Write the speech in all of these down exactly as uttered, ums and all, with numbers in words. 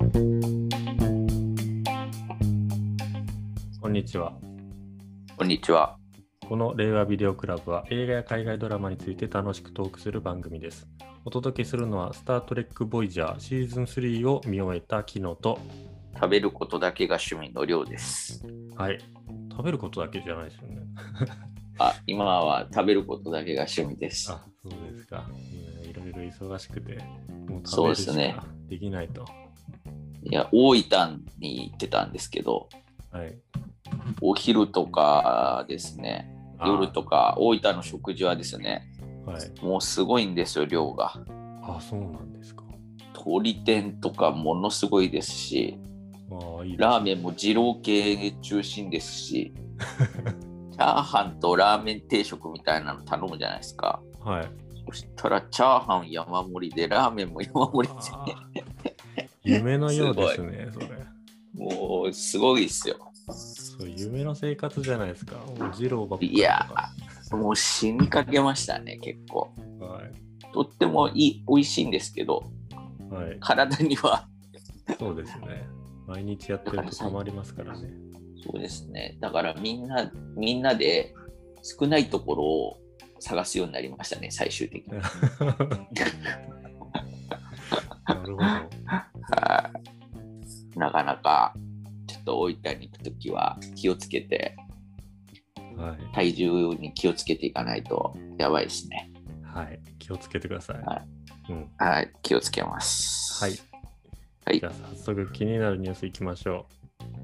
こんにちは。 こんにちは。 この令和ビデオクラブは映画や海外ドラマについて楽しくトークする番組です。お届けするのはスタートレックボイジャーシーズンスリーを見終えた昨日と、 食べることだけが趣味のりょうです。 はい。食べることだけじゃないですよね。 あ、今は食べることだけが趣味です。 あ、そうですか。いろいろ忙しくて、もう食そうべるしですねかできないと。 いや、大分に行ってたんですけど、 はい。 お昼とかですね、 あ夜とか大分の食事はですね、 はい。 もうすごいんですよ、量が。 あ、そうなんですか。 鶏天とかものすごいですし、 ああ、いいですね。 ラーメンも二郎系中心ですし、チャーハンとラーメン定食みたいなの頼むじゃないですか。 はい。 そしたらチャーハン山盛りでラーメンも山盛りあー夢のようですね、それ。 で、もうすごいですよ。 そう、夢の生活じゃないですか。もう二郎ばっかりといやか。 ー、もう死にかけましたね、結構。 はい。 とってもいい、美味しいんですけど、 はい。 体には。 そうですね。毎日やってるとたまりますからね。 そうですね。だからみんな、みんなで少ないところを探すようになりましたね、最終的に。 なるほど。 はいなかなか、ちょっと大分に行くときは気をつけて、 はい。 体重に気をつけていかないとやばいですね。 はい。気をつけてください。 はうん。 はい、気をつけます。 はい。 はいじゃあ早速気になるニュースいきましょ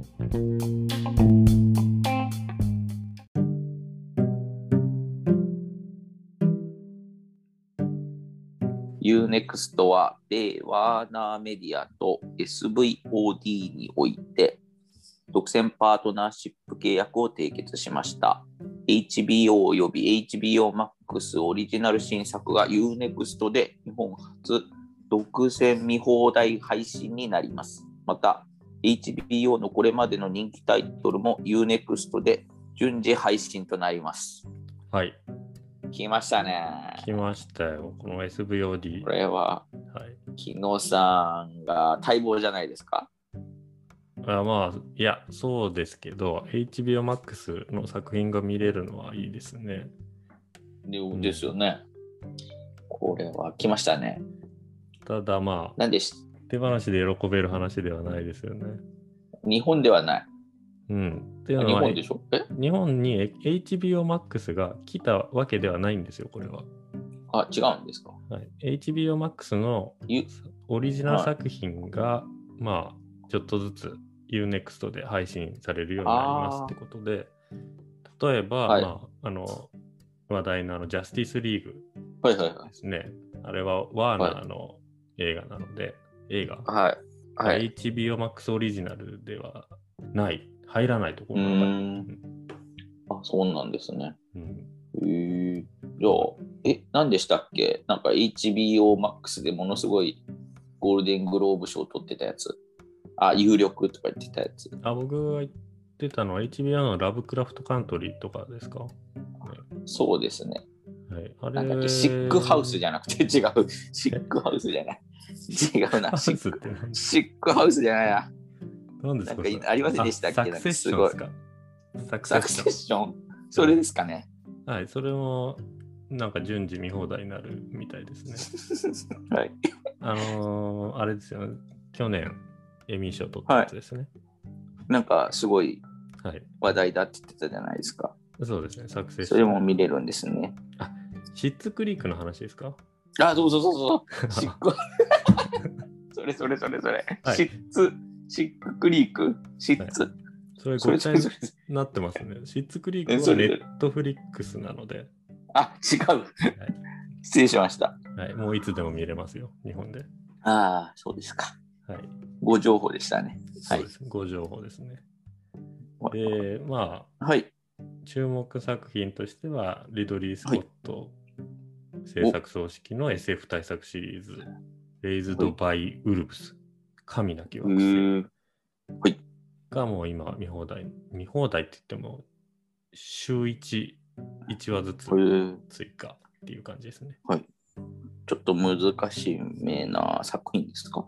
ユーネクスト は米ワーナーメディアと エスブイオーディー において独占パートナーシップ契約を締結しました。エイチビーオー および エイチビーオーマックス オリジナル新作が ユーネクスト で日本初独占見放題配信になります。また エイチビーオー のこれまでの人気タイトルも ユーネクスト で順次配信となります。 う。はい。 来ましたね。 来ましたよ。この エスブイオーディー。 これははい。 木野さんが待望じゃないですか。 あまあ、いや、そうですけど、エイチビーオー Max の作品が見れるのはいいですね。 でですよね。これは来ましたね。 ただまあ、 なんでし手放しで喜べる話ではないですよね。 日本ではない。 うん。っていうあのは、 日本でしょえ日本に エイチビーオー Max が来たわけではないんですよ、これは。 あ、違うんですか。 はい、エイチビーオー Max のゆオリジナルはい作品が、まあ、ちょっとずつ ユーネクスト で配信されるようになりますってことで、例えば、 はいまあ、あの、話題のあのジャスティスリーグはいはいはい。 ですね。あれはワーナーの映画なので、映画はいはがい。 エイチビーオー Max オリジナルではない、入らないとこうろがある。 ーん。あ、そうなんですね。 うんへえ。じゃあ、え、何でしたっけなんか エイチビーオーマックス でものすごいゴールデングローブ賞を取ってたやつ。あ、有力とか言ってたやつ。 あ僕が言ってたのは エイチビーオー のラブクラフトカントリーとかですか、ね、 そうですね。 はい、あれなんだっけ、シックハウスじゃなくて違う。シックハウスじゃない。違うな。 ハウシッスって何シックハウスじゃないな。 何ですかなんかありませんでしたっけサクセッションですかサクセサクッション。 セッション。それですかね。 はい、それもなんか順次見放題になるみたいですね。 はい。 あのー、あれですよね。去年エミー賞取ったやつですね。 なんかすごいはい。 話題だって言ってたじゃないですか。 そうですね。サクセッシそれョン。 も見れるんですね。 あ、シッツクリークの話ですかあ、そうそうそうそう。シック。それそれそれそれ。 はいシッツ、シッククリーク、シッツ。 はいそれそれごちゃにそれそれ。 なってますね。シッツクリークえそれはネットフリックスなので、 あ、違う。失礼しました。 はい、もういつでも見れますよ、日本で。 ああ、そうですか。 はい。 ご情報でしたね。はいそうです。ご情報ですね。で、まあ、 はい。 注目作品としては、リドリー・スコット制作総指揮の エスエフ 大作シリーズ、レイズド・バイ・ウルブス、神なき惑星がもう今見放題、見放題って言っても、週いち、いちわずつ追加っていう感じですね。 はい。ちょっと難しいめな作品ですか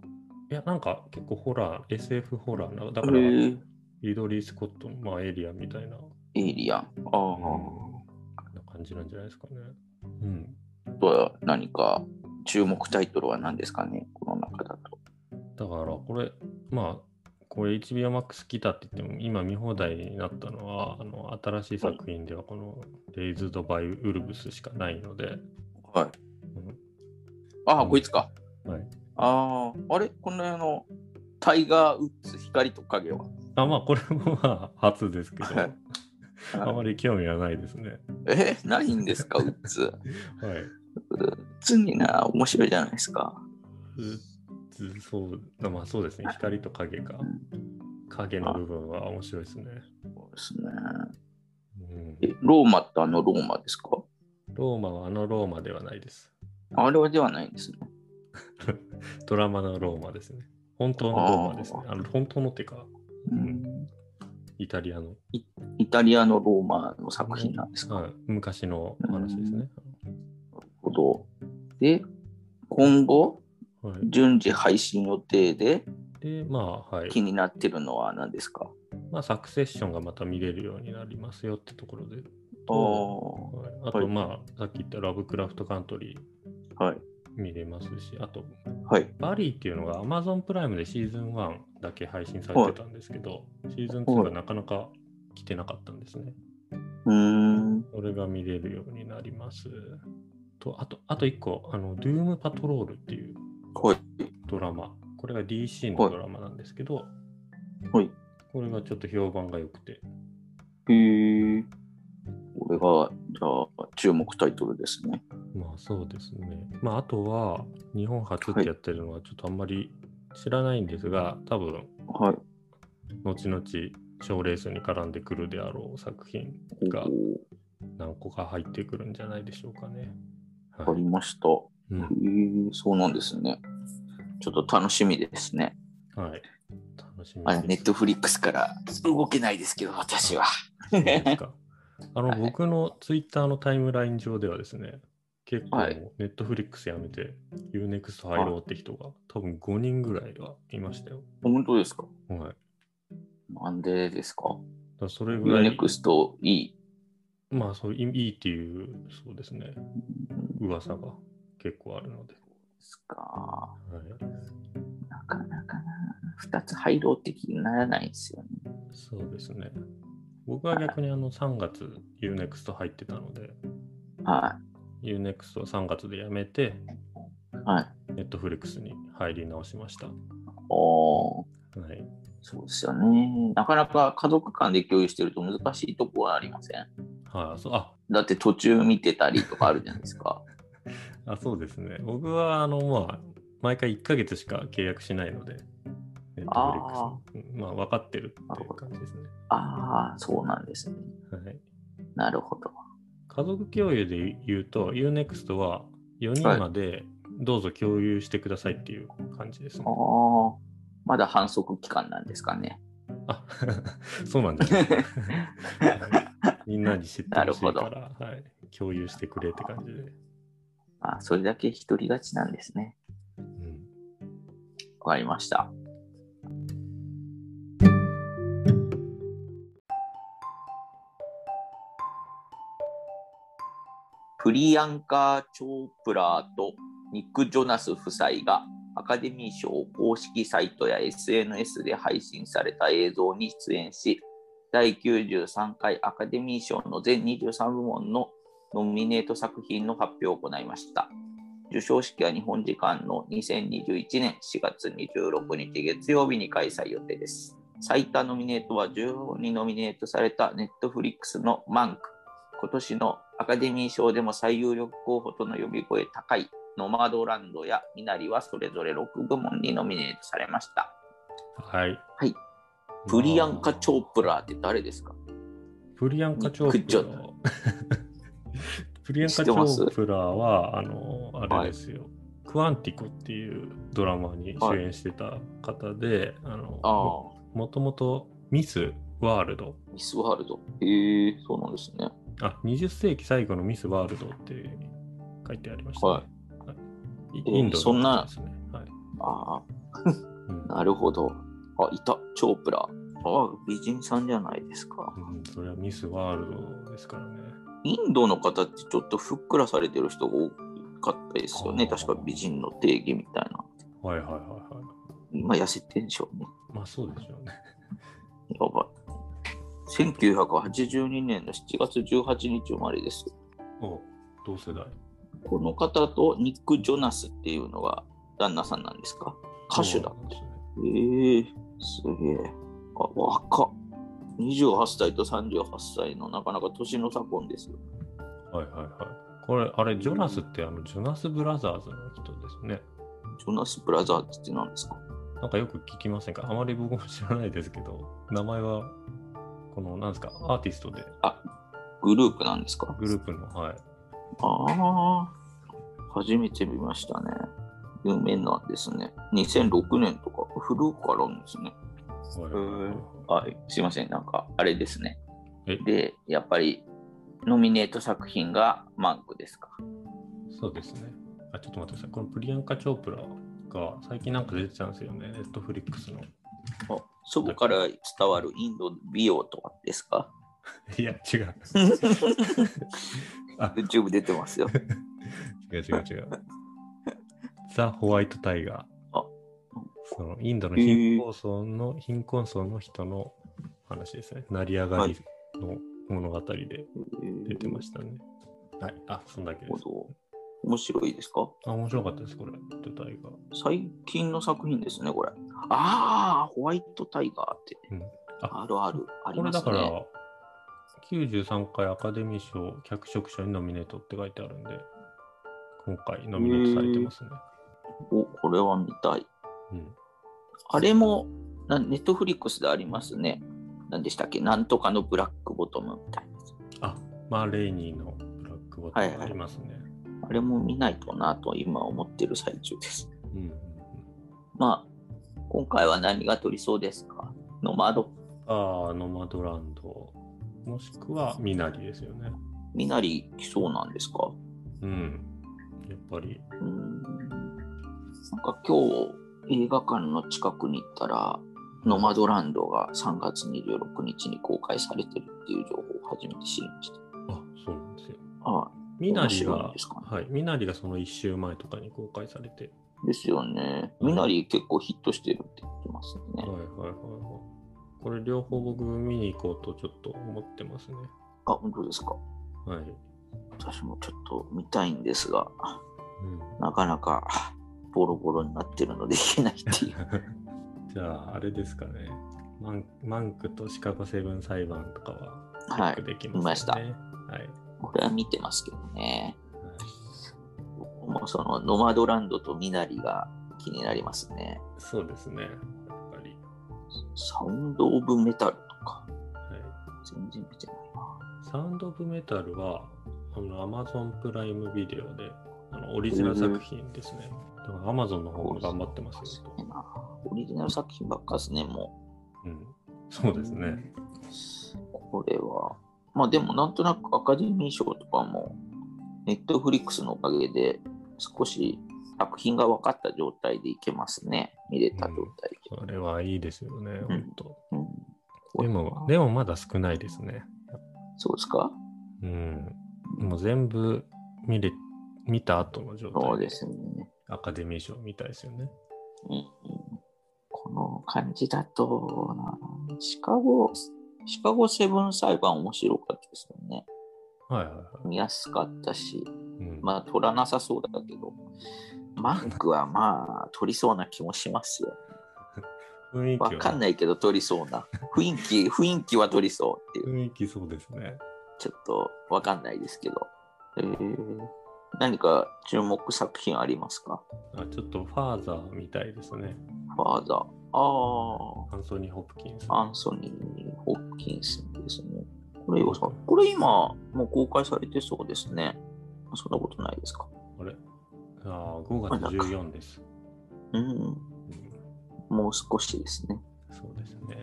いや、なんか結構ホラー、エスエフ ホラーな、だから、 リドリー・スコットの、まあ、エイリアンみたいな、 エイリアン。ああ、 うん、な感じなんじゃないですかね。うん。 あとは何か注目タイトルは何ですかね、この中だと。 だからこれ、まあ、これ エイチビーオー Max 来たって言っても、今見放題になったのは、あの新しい作品ではこのレイズド・バイ・ウルブスしかないので。 はい。うん、ああ、こいつか。 はい。 ああ、あれこの辺のタイガー・ウッズ、光と影は。 あ、まあ、これもまあ初ですけど、はい、あまり興味はないですね。 え、ないんですか、ウッズ。はい。 ウッズにな、面白いじゃないですか。 ウッズ、そう、まあそうですね、光と影か。うん、影の部分は面白いですね。 そうですね。うん、え、ローマってあのローマですか？ ローマはあのローマではないです。 あれはではないんですね。 ドラマのローマですね。本当のローマですね。あの本当のってか、うん、イタリアのイ。イタリアのローマの作品なんですか？ はい、昔の話ですね。なるほど。で、今後、はい、順次配信予定で、 で、まあ、はい。 気になってるのは何ですか？ まあ、サクセッションがまた見れるようになりますよってところで。とはい、あと、はい、まあ、さっき言ったラブクラフトカントリー、はい、見れますし、あと、はい、バリーっていうのが Amazon プライムでシーズンワンだけ配信されてたんですけど、はい、シーズンツーがなかなか来てなかったんですね。 うーん。 それが見れるようになります。と、あと、あといっこ、あの、ドゥームパトロールっていうドラマ。はい、これが ディーシー のドラマなんですけど、はい、これがちょっと評判が良くて。 へー。これが、じゃあ、注目タイトルですね。 まあそうですね。まああとは、日本初ってやってるのはちょっとあんまり知らないんですが、多分、はい、後々賞レースに絡んでくるであろう作品が何個か入ってくるんじゃないでしょうかね。 わかりました。うん、へー、そうなんですね。ちょっと楽しみですね。 はい。楽しみです。ネットフリックスから動けないですけど、私は。 そうですか。あの、はい、僕のツイッターのタイムライン上ではですね、結構ネットフリックスやめて ユーネクスト 入ろうって人が多分ごにんぐらいはいましたよ。 本当ですか？ はい。 なんでですか？ だそれぐらい。 ユーネクストいい。 まあそういいっていう、そうですね、噂が結構あるので。 ですか。はい。なかなかな、ふたつ入ろうって気にならないですよね。 そうですね。僕は逆にあのさんがつ ユーネクスト 入ってたので、 はい。 ユーネクスト はさんがつでやめて、 はい。 ネットフリックスに入り直しました。 おー。はい。 そうですよね。なかなか家族間で共有してると難しいとこはありません？ はい、そう、あ、 だって途中見てたりとかあるじゃないですか。 あ、そうですね。僕はあのまあ毎回いっかげつしか契約しないので、ネットフリックス、まあ分かってるっていう感じですね。 ああ、そうなんですね。 はい。 なるほど。 家族共有で言うと、ユーネクスト はよにんまでどうぞ共有してくださいっていう感じですね。 はい、ああ、まだ反則期間なんですかね。 あ、そうなんじゃないですか。はい、みんなに知ってほしいから、はい、共有してくれって感じで。 あ、それだけ独り勝ちなんですね。うん。わかりました。プリアンカ・チョープラーとニック・ジョナス夫妻がアカデミー賞公式サイトや エスエヌエス で配信された映像に出演し、だいきゅうじゅうさんかいアカデミー賞の全にじゅうさんぶもんのノミネート作品の発表を行いました。授賞式は日本時間のにせんにじゅういちねんしがつにじゅうろくにち月曜日に開催予定です。最多ノミネートはじゅうごにノミネートされたネットフリックスのマンク、今年のアカデミー賞でも最有力候補との呼び声高いノマドランドやミナリはそれぞれろくぶもんにノミネートされました。 はい。 はい。プリアンカ・チョープラーって誰ですか？ プリアンカ・チョープラー。プリアンカ・チョープラーは、あの、あれですよ、はい、クアンティコっていうドラマに主演してた方で、はい、あのも、もともとミス・ワールド。 ミス・ワールド。へえ、そうなんですね。 あ、にじゅっせいき最後のミス・ワールドって書いてありましたね。はい。はい、インドの人ですね。 はい、ああ。 なるほど。あ、いた、チョープラ。あ、美人さんじゃないですか。 うん、それはミスワールドですからね。 インドの方ってちょっとふっくらされてる人が多かったですよね。確か美人の定義みたいな。 はいはいはいはい。 今痩せてんでしょうね。 まあそうでしょうね。 やばい。せんきゅうひゃくはちじゅうにねんのしちがつじゅうはちにち生まれです。 お、同世代。 この方とニック・ジョナスっていうのが旦那さんなんですか？歌手だって。えー、すげえ。あ、若っ。にじゅうはっさいとさんじゅうはっさいのなかなか年の差婚ですよ。 はいはいはい。これ、あれ、ジョナスってあの、ジョナスブラザーズの人ですね。 ジョナス・ブラザーズって何ですか？ なんかよく聞きませんか？あまり僕も知らないですけど、名前は、この、なんですか、アーティストで。 あ、グループなんですか？ グループの、はい。 ああ、初めて見ましたね。有名なんですね。にせんろくねんとか古くからあるんですね。 はいはいはいはい、すいません、なんかあれですね。 えで、やっぱりノミネート作品がマンクですか？ そうですね。あ、ちょっと待ってください。このプリアンカ・チョープラが最近なんか出てたんですよね。ネットフリックスの。 あ、そこから伝わるインド美容とかですか？ いや、違う。あ YouTube 出てますよ。 違う違う違う。ザ・ホワイト・タイガー。 あ、 そのインドの貧困層の、貧困層の人の話ですね。成り上がりの物語で出てましたね。はい。あ、そんだけです。 面白いですか？ あ、面白かったです、これ。ホワイト・タイガー。 最近の作品ですね、これ。ああ、ホワイトタイガーって。 うん、あ, あるある。ありますね。 これだから、きゅうじゅうさんかいアカデミー賞脚色賞にノミネートって書いてあるんで、今回ノミネートされてますね。 お、これは見たい。 うん、 あれも、ネットフリックスでありますね。何でしたっけ？なんとかのブラックボトムみたいな。 あ、マーレイニーのブラックボトムありますね。はいはい、 あれも見ないとなと今思ってる最中です。 うんうんうん、 まあ、今回は何が取りそうですか？ノマド？ ああ、ノマドランド。もしくはミナリですよね。 ミナリ来そうなんですか？ うん。やっぱり。 うーん。なんか今日映画館の近くに行ったら、ノマドランドがさんがつにじゅうろくにちに公開されてるっていう情報を初めて知りました。 あ、そうなんですよ。 ああ、 ミナリが、 面白いんですかね。 はい、ミナリがそのいっしゅうまえとかに公開されて。 ですよね。ミナリ結構ヒットしてるって言ってますね。 はいはいはいはい。これ両方僕見に行こうとちょっと思ってますね。 あ、本当ですか。 はい。 私もちょっと見たいんですが、 うん、 なかなかボロボロになってるのでいけないっていう。 じゃあ、あれですかね。マン, マンクとシカゴセブン裁判とかはチェックできますよね。はい、見ました。はい。 これは見てますけどね。はい、もうそのノマドランドとミナリが気になりますね。 そうですね。やっぱり。 サウンド・オブ・メタルとか。 はい。 全然見てないな。 サウンド・オブ・メタルは、あの、Amazon プライムビデオで、あのオリジナル作品ですね。だから Amazon の方が頑張ってますよと。 オリジナル作品ばっかですね、もう。うん。そうですね。 これは。まあでもなんとなくアカデミー賞とかも、ネットフリックスのおかげで少し作品が分かった状態でいけますね。見れた状態で。 うん、それはいいですよね、うん、本当、うんでも。でもまだ少ないですね。 そうですか？ うん。もう全部見れ、見た後の状態で。 そうですね。 アカデミー賞みたいですよね。 うん、この感じだとな、シカゴ、シカゴセブン裁判面白かったですよね。 はいはいはい。 見やすかったし、 うん、 まあ取らなさそうだけど、マンクはまあ取りそうな気もしますよ。 雰囲気はわかんないけど取りそうな。雰囲気、雰囲気は取りそうっていう。 雰囲気そうですね。 ちょっとわかんないですけど。えー、何か注目作品ありますか？ あ、ちょっとファーザーみたいですね。 ファーザー。ああ。アンソニー・ホプキンス。 アンソニー・ホプキンスですね。これ、これ今もう公開されてそうですね。そんなことないですか？ あれああ、ごがつじゅうよっかです。 うん、うん。もう少しですね。 そうですね。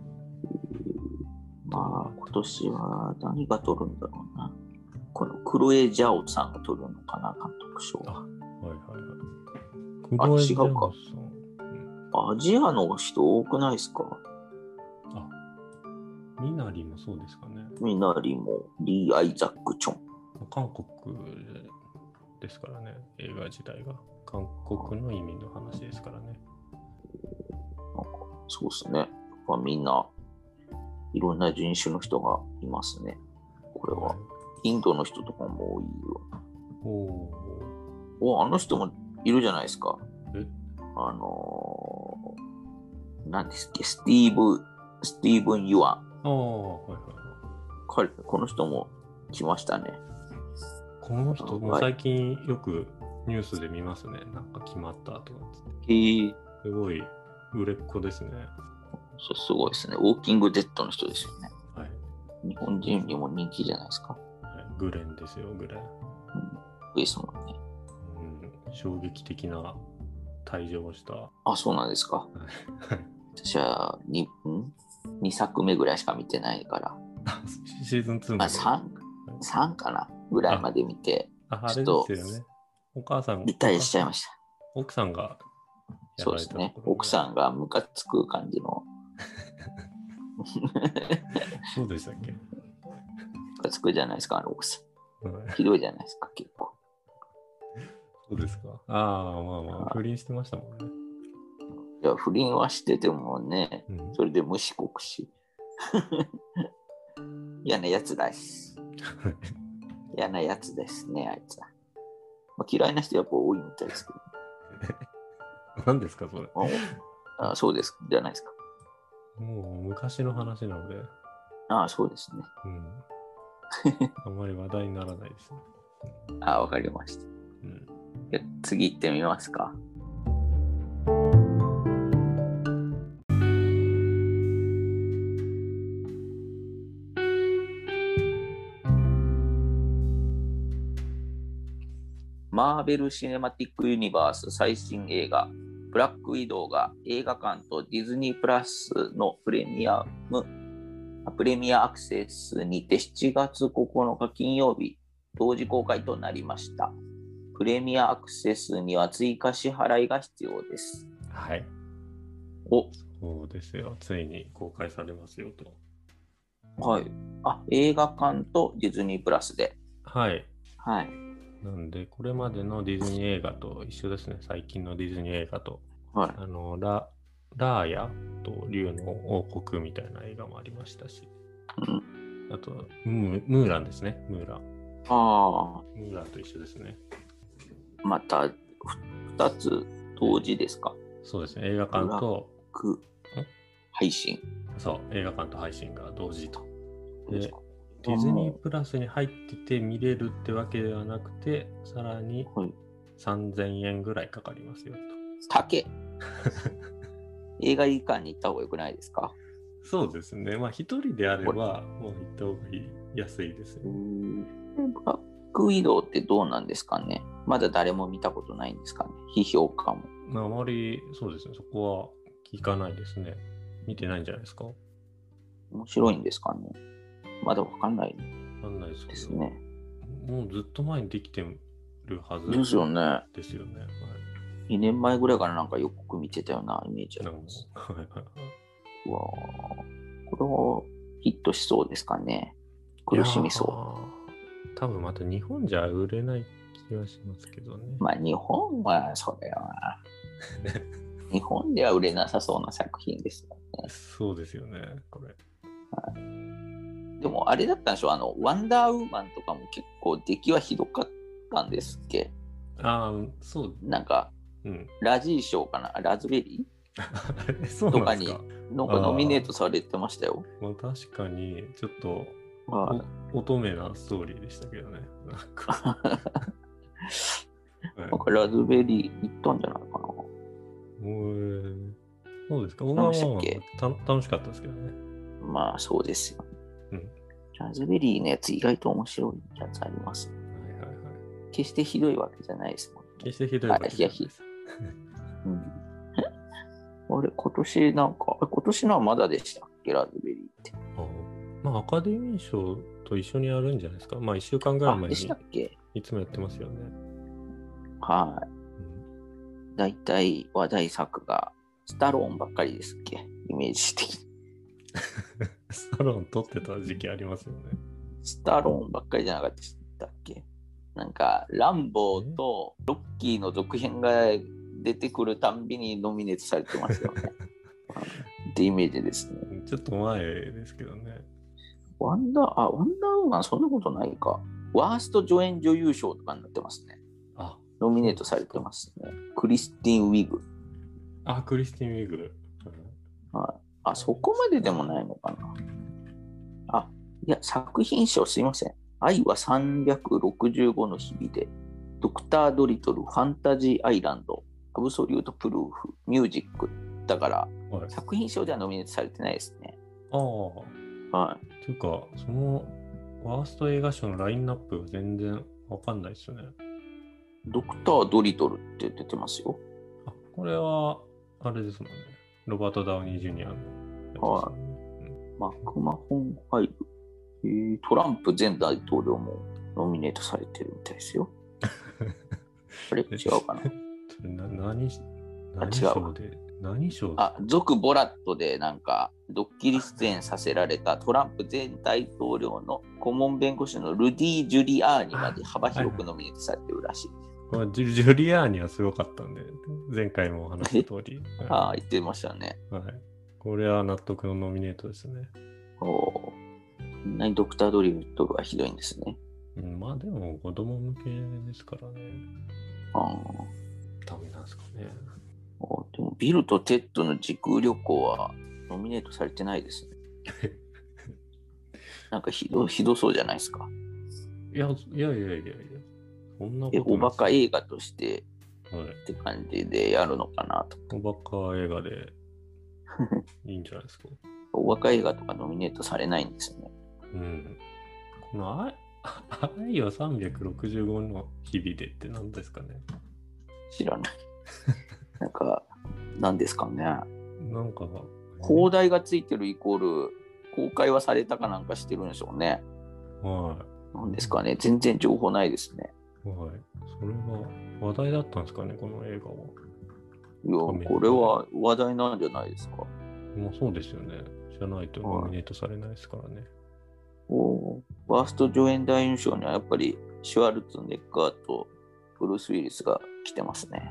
まあ、今年は何が取るんだろうな。このクロエ・ジャオさんが取るのかな、監督賞。 あ、はいはいはい。クロエ・ジャオさん。 アジアの人多くないですか？ あ、ミナリもそうですかね。 ミナリもリー・アイザック・チョン。 韓国ですからね、映画自体が。韓国の移民の話ですからね。 なんかそうですね。まあ、みんないろんな人種の人がいますね。これは。はい、インドの人とかも多いよ。おお、あの人もいるじゃないですか。 えあのー、何ですっけ、スティーブ、スティーブン・ユアン。 ああ、はいはいはい。 彼、この人も来ましたね。 この人も最近よくニュースで見ますね。なんか決まったとかへー、 すごい売れっ子ですね。 そうすごいですね。ウォーキングデッドの人ですよね。 はい。 日本人にも人気じゃないですか。はい、 グレンですよ、グレン。 うん、ですもんね。 うん、衝撃的な退場をした。 あ、そうなんですか。私は 2, 2作目ぐらいしか見てないから。 シーズンツーまで。 さん、さんかなぐらいまで見て、 ああ、ちょっとあれですよね。お母さん理解しちゃいました。 奥さんがやられた、ね、 そうですね。奥さんがムカつく感じの。 そうでしたっけ？ムカつくじゃないですか、あの奥さん。 うん、 ひどいじゃないですか、結構。 そうですか。ああ、まあまあ、不倫してましたもんね。 いや、不倫はしててもね、うん、それで無視国し。嫌なやつだし。嫌なやつですね、あいつは。まあ、嫌いな人やっぱ多いみたいですけど。 何ですか、それ。 ああ、そうです、じゃないですか。 もう昔の話なので。 ああ、そうですね。 うん。あんまり話題にならないですね。 ああ、わかりました。うん、じゃ次行ってみますか。マーベル・シネマティック・ユニバース最新映画ブラック・ウィドウが映画館とディズニープラスのプレミアムプレミアアクセスにてしちがつここのか金曜日同時公開となりました。プレミアアクセスには追加支払いが必要です。 はい。 お、 そうですよ。ついに公開されますよと。 はい。あ、映画館とディズニープラスで。 はい。 はい。 なんで、これまでのディズニー映画と一緒ですね。最近のディズニー映画と。 はい。 あの、ラ、ラーヤと竜の王国みたいな映画もありましたし。 うん、 あとム、ムーランですね。ムーラン。 ああ。 ムーランと一緒ですね。 また、ふたつ同時ですか？ そうですね。映画館と配信。 そう、映画館と配信が同時と。で、ディズニープラスに入ってて見れるってわけではなくて、さらにさんぜんえんぐらいかかりますよと。 高っ。映画館に行った方がよくないですか？ そうですね。まあ一人であればもう行った方がいい安いですよね。 ブラックウィドウってどうなんですかね？まだ誰も見たことないんですかね？批評家も。 まああまりそうですね。そこは聞かないですね。見てないんじゃないですか？ 面白いんですかね？まだわかんない。 わかんないですけど。 ですね。 もうずっと前にできてるはずですよね。 ですよね。はい、 にねんまえぐらいからなんか予告見てたようなイメージあります。うわこれはヒットしそうですかね？苦しみそう。 多分また日本じゃ売れない気がしますけどね。 まあ日本はそれは日本では売れなさそうな作品ですよね。 そうですよね、これ。 はい、でもあれだったんでしょう、あのワンダーウーマンとかも結構出来はひどかったんですっけ？ ああ、そう。 なんか、うん、ラジー賞かな、ラズベリーそうとかになんかノミネートされてましたよ。 まあ、確かにちょっと、はい、乙女なストーリーでしたけどね。なんかなんかラズベリー行ったんじゃないかな。 えー、そうですか。僕はた楽しかったですけどね。 まあそうですよ、ね。 うん、 ラズベリーのやつ意外と面白いやつあります、ね。 はいはいはい。 決してひどいわけじゃないですもんね。 決してひどいわけじゃないです。 うん、あれ、今年なんか、今年のはまだでしたっけ、ラズベリーって。 あまあ、アカデミー賞と一緒にやるんじゃないですか。まあ、いっしゅうかんぐらい前にいつもやってますよね。 はい。だいたい話題作がスタローンばっかりですっけ、イメージ的に。 スタローン撮ってた時期ありますよね。 スタローンばっかりじゃなかったっけ。なんかランボーとロッキーの続編が出てくるたんびにノミネートされてますよね。ってイメージですね。 ちょっと前ですけどね。 ワンダー、あ、ワンダーウーマンそんなことないか。ワースト助演女優賞とかになってますね。 あ、 ノミネートされてますね。クリスティン・ウィグ。 あ、クリスティン・ウィグ。 うん、はい。あ、そこまででもないのかな。あ、いや、作品賞すいません。愛はさんびゃくろくじゅうごの日々で、ドクター・ドリトル、ファンタジー・アイランド、アブソリュート・プルーフ、ミュージック。だから、はい、作品賞ではノミネートされてないですね。 ああ。 はい。 というか、そのワースト映画賞のラインナップが全然わかんないですよね。 ドクター・ドリトルって出てますよ。 あ、これは、あれですもんね。ロバート・ダウニー・ジュニアの、ね。 はい。うん、マクマホン・ファイブ。えー、トランプ前大統領もノミネートされてるみたいですよ。あれ違うかなな何何賞で何賞あ、続ボラットでなんかドッキリ出演させられたトランプ前大統領の顧問弁護士のルディ・ジュリアーニまで幅広くノミネートされてるらしい。 これジュ、ジュリアーニはすごかったんで、前回も話した通り。 ああ、言ってましたね。 はい。これは納得のノミネートですね。 おお。こんなにドクター・ドリトルはひどいんですね。 うん、まあでも子供向けですからね。 ああ。 ダメなんですかね。 でもビルとテッドの時空旅行はノミネートされてないですね。なんかひどひどそうじゃないですか。 いや、いやいやいやいや、そんなことない。 おバカ映画として、 はい、 って感じでやるのかなと。 おバカ映画でいいんじゃないですか。 おバカ映画とかノミネートされないんですよね。 うん。この愛愛はさんびゃくろくじゅうごの日々でって何ですかね。 知らない。なんか、何ですかね。 なんか、 放題がついてるイコール、公開はされたかなんかしてるんでしょうね。 はい。 何ですかね。全然情報ないですね。 はい。それは話題だったんですかね、この映画は。 いや、これは話題なんじゃないですか。 もうそうですよね。じゃないとノミネートされないですからね。 おワースト助演男優賞にはやっぱりシュワルツェネッガーとブルース・ウィリスが来てますね。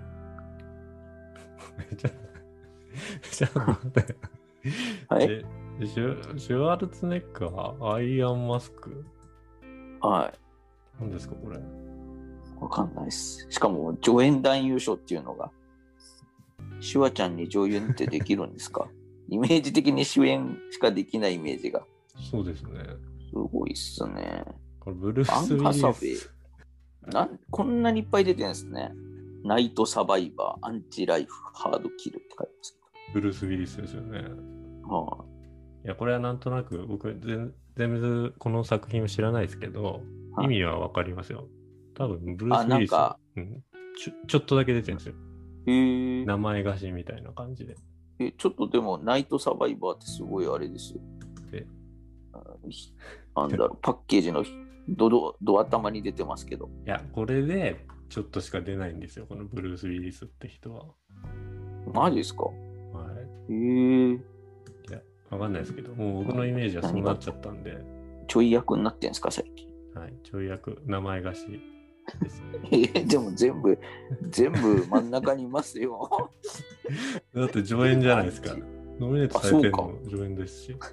じゃじゃあ待って。 はい。 シュ、シュワルツェネッガー、アイアンマスク。 はい。 何ですか、これ。 わかんないです。しかも助演男優賞っていうのが、シュワちゃんに助演ってできるんですか？イメージ的に主演しかできないイメージが。 そうですね。 すごいっすね。 これブルース・ウィリス。アン・ハサウェイなんこんなにいっぱい出てるんですね。ナイト・サバイバー、アンチ・ライフ、ハード・キルって書いてます。 ブルース・ウィリスですよね。 はあ、 いや、これはなんとなく僕全然この作品を知らないですけど、はあ、意味はわかりますよ。多分ブルース・ウィリス、うん、ちょ、ちょっとだけ出てるんですよ。 へー、 名前貸しみたいな感じで。 え、ちょっとでもナイト・サバイバーってすごいあれですよ。えなんだろう、パッケージのドドド頭に出てますけど。 いや、これでちょっとしか出ないんですよ、このブルース・ウィリスって人は。 マジですか？はい。へー。 いや、わかんないですけど、もう僕のイメージはそうなっちゃったんで。 ちょい役になってんですか、最近。 はい、ちょい役、名前貸しです、ね。 えー、でも全部、全部真ん中にいますよ。 だって助演じゃないですか。ノミネートされてるの助演ですし。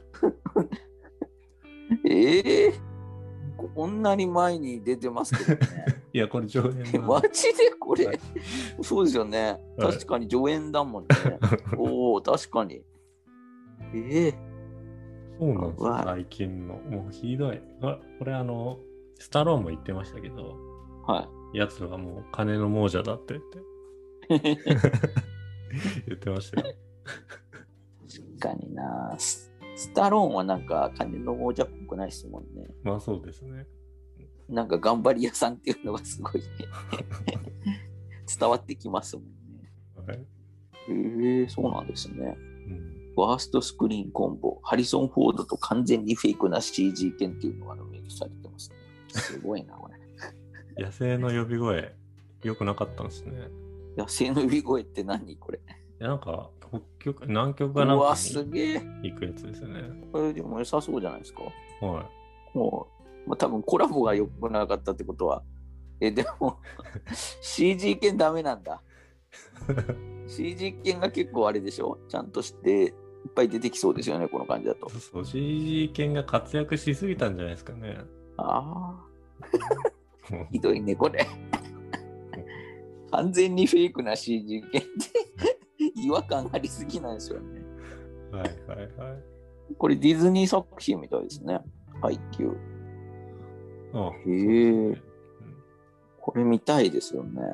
ええー、こんなに前に出てますけどね。 いや、これ助演。 マジでこれ、はい、そうですよね。確かに助演だもんね。はい、おお、確かに。ええー、 そうなんですよ、最近の。もうひどい。あ、これあの、スタローンも言ってましたけど、 はい。 やつらがもう金の亡者だって言って。言ってましたよ。 確かにな。スタローンはなんか金の亡者っぽくないですもんね。 まあそうですね。 なんか頑張り屋さんっていうのがすごい伝わってきますもんね。はい、へえー、そうなんですね。うん、ワーストスクリーンコンボ、ハリソン・フォードと完全にフェイクな シージー 犬っていうのがノミネートされてますね。すごいな、これ。 野生の呼び声、良くなかったんですね。 野生の呼び声って何これ？ いやなんか北極、南極かなんかうわ、すげえ。 に行くやつですよね。 これでも良さそうじゃないですか。 はもう、まあ、多分コラボが良くなかったってことは、え、でも、シージー 犬ダメなんだ。シージー 犬が結構あれでしょ、ちゃんとしていっぱい出てきそうですよね、この感じだと。 そうそう、シージー 犬が活躍しすぎたんじゃないですかね。 ああ。ひどいね、これ。完全にフェイクな シージー 犬って違和感ありすぎなんですよね。 はいはいはい。 これディズニー作品みたいですね。配給。 あへえ、ね、これ見たいですよね。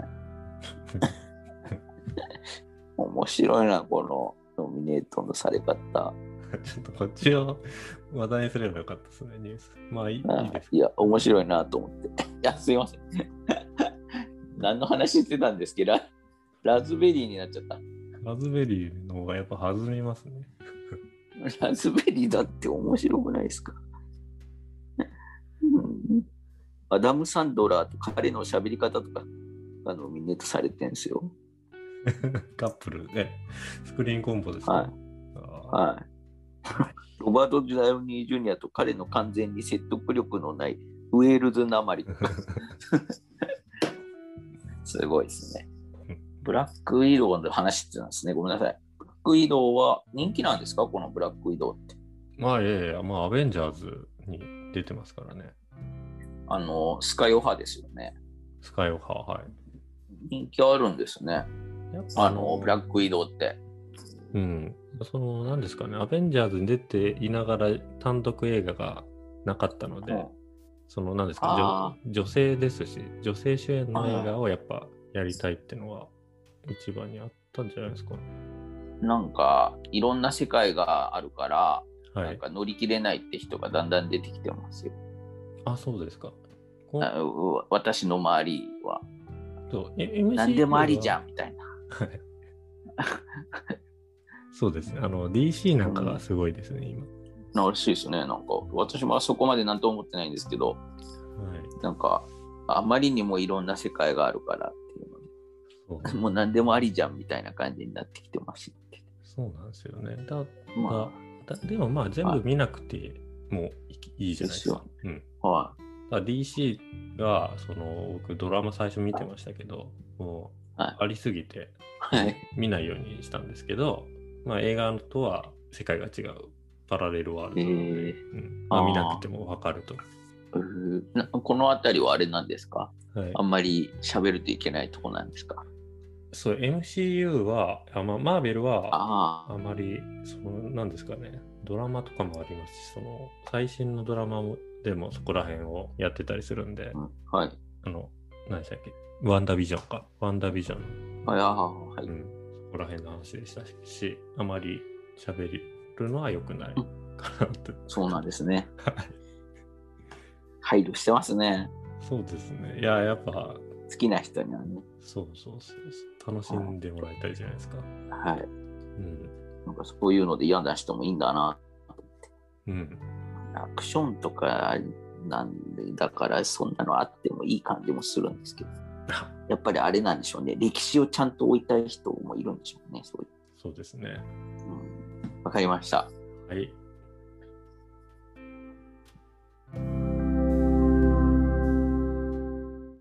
面白いな、このノミネートのされ方。 ちょっとこっちを話題にすればよかったですね、ニュース。まあいい、いいです。 いや、面白いなと思って。いや、すいません。何の話してたんですけど、ラズベリーになっちゃった。 ラズベリーの方がやっぱ弾みますね。 ラズベリーだって面白くないですか。うん、アダム・サンドラーと彼の喋り方とかがノミネートされてるんですよ。 カップルで、スクリーンコンボですね。 はい。はい。ロバート・ジュダニー・ジュニアと彼の完全に説得力のないウェールズなまりとか。すごいですね。ブラックウィドウの話ってなんですね。ごめんなさい。ブラックウィドウは人気なんですか、このブラックウィドウって。 まあいやいや、まあアベンジャーズに出てますからね。 あの、スカイオハですよね。 スカイオハ、はい。 人気あるんですね。あの、ブラックウィドウって。 うん。その、何ですかね、アベンジャーズに出ていながら単独映画がなかったので、うん、その、何ですか、女、女性ですし、女性主演の映画をやっぱやりたいっていうのは一番にあったんじゃないですか。 なんか、いろんな世界があるから、 はい、 なんか乗り切れないって人がだんだん出てきてますよ。 あ、そうですか。 あ、私の周りは。 そう、エムシーユー は何でもありじゃんみたいな。 そうですね。あの ディーシー なんかがすごいですね、うん、今。 ならしいですね。なんか私もそこまでなんと思ってないんですけど、はい、なんかあまりにもいろんな世界があるからっていうので、そうもう何でもありじゃんみたいな感じになってきてます。 そうなんですよね。だ、まあ、だでもまあ全部見なくてもいいじゃないですか。ですよ、うん。はい。だ ディーシー がその僕ドラマ最初見てましたけど、もうありすぎて、はい、見ないようにしたんですけど、まあ、映画とは世界が違うパラレルワールドなので、えーうんまあ、見なくても分かると。 このあたりはあれなんですか、はい、あんまり喋るといけないとこなんですか。 そう エムシーユー はあ、まあ、マーベルはあまりそのなんですかね、ドラマとかもありますし、その最新のドラマでもそこら辺をやってたりするんで、うん、はい、あの何でしたっけ、ワンダービジョンかワンダービジョン、 はい、あはい、うん、 そこら辺の話でしたし、あまり喋るのは良くないかなって、うん、 そうなんですね。配慮してますね。 そうですね。いや、やっぱ好きな人にはね。 そうそうそうそう。楽しんでもらいたいじゃないですか。 はい。うん。なんかそういうので嫌な人もいいんだなと思って。うん。アクションとかなんで、だからそんなのあってもいい感じもするんですけど。やっぱりあれなんでしょうね。歴史をちゃんと置いたい人もいるんでしょうね。そういう。 そうですね。 うん。わかりました。 はい。